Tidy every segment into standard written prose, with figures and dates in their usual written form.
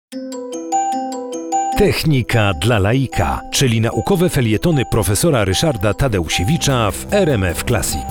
Technika dla laika, czyli naukowe felietony profesora Ryszarda Tadeusiewicza w RMF Classic.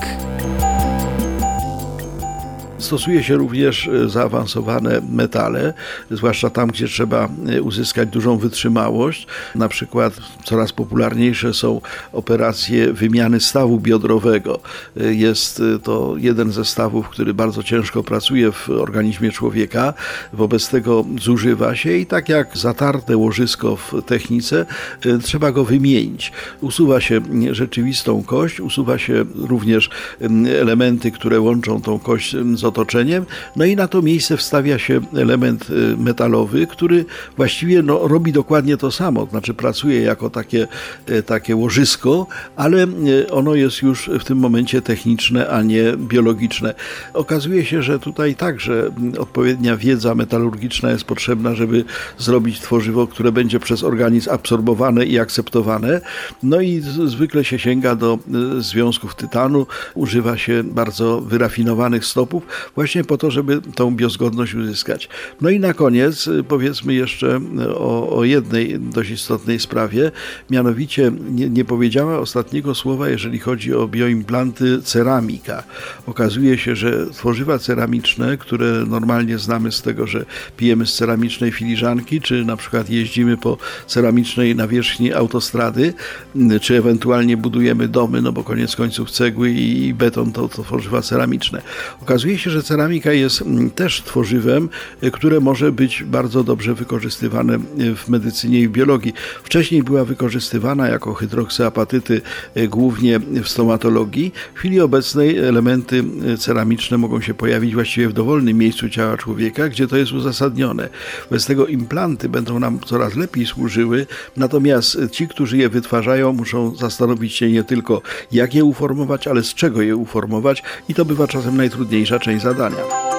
Stosuje się również zaawansowane metale, zwłaszcza tam, gdzie trzeba uzyskać dużą wytrzymałość. Na przykład coraz popularniejsze są operacje wymiany stawu biodrowego. Jest to jeden ze stawów, który bardzo ciężko pracuje w organizmie człowieka. Wobec tego zużywa się i tak jak zatarte łożysko w technice, trzeba go wymienić. Usuwa się rzeczywistą kość, usuwa się również elementy, które łączą tą kość z otoczeniem, no i na to miejsce wstawia się element metalowy, który właściwie robi dokładnie to samo, znaczy pracuje jako takie łożysko, ale ono jest już w tym momencie techniczne, a nie biologiczne. Okazuje się, że tutaj także odpowiednia wiedza metalurgiczna jest potrzebna, żeby zrobić tworzywo, które będzie przez organizm absorbowane i akceptowane. No i zwykle się sięga do związków tytanu, używa się bardzo wyrafinowanych stopów, właśnie po to, żeby tą biozgodność uzyskać. No i na koniec powiedzmy jeszcze o jednej dość istotnej sprawie, mianowicie nie powiedziała ostatniego słowa, jeżeli chodzi o bioimplanty, ceramika. Okazuje się, że tworzywa ceramiczne, które normalnie znamy z tego, że pijemy z ceramicznej filiżanki, czy na przykład jeździmy po ceramicznej nawierzchni autostrady, czy ewentualnie budujemy domy, no bo koniec końców cegły i beton to tworzywa ceramiczne. Okazuje się, że ceramika jest też tworzywem, które może być bardzo dobrze wykorzystywane w medycynie i w biologii. Wcześniej była wykorzystywana jako hydroksyapatyty głównie w stomatologii. W chwili obecnej elementy ceramiczne mogą się pojawić właściwie w dowolnym miejscu ciała człowieka, gdzie to jest uzasadnione. Wobec tego implanty będą nam coraz lepiej służyły, natomiast ci, którzy je wytwarzają, muszą zastanowić się nie tylko, jak je uformować, ale z czego je uformować i to bywa czasem najtrudniejsza część zadania.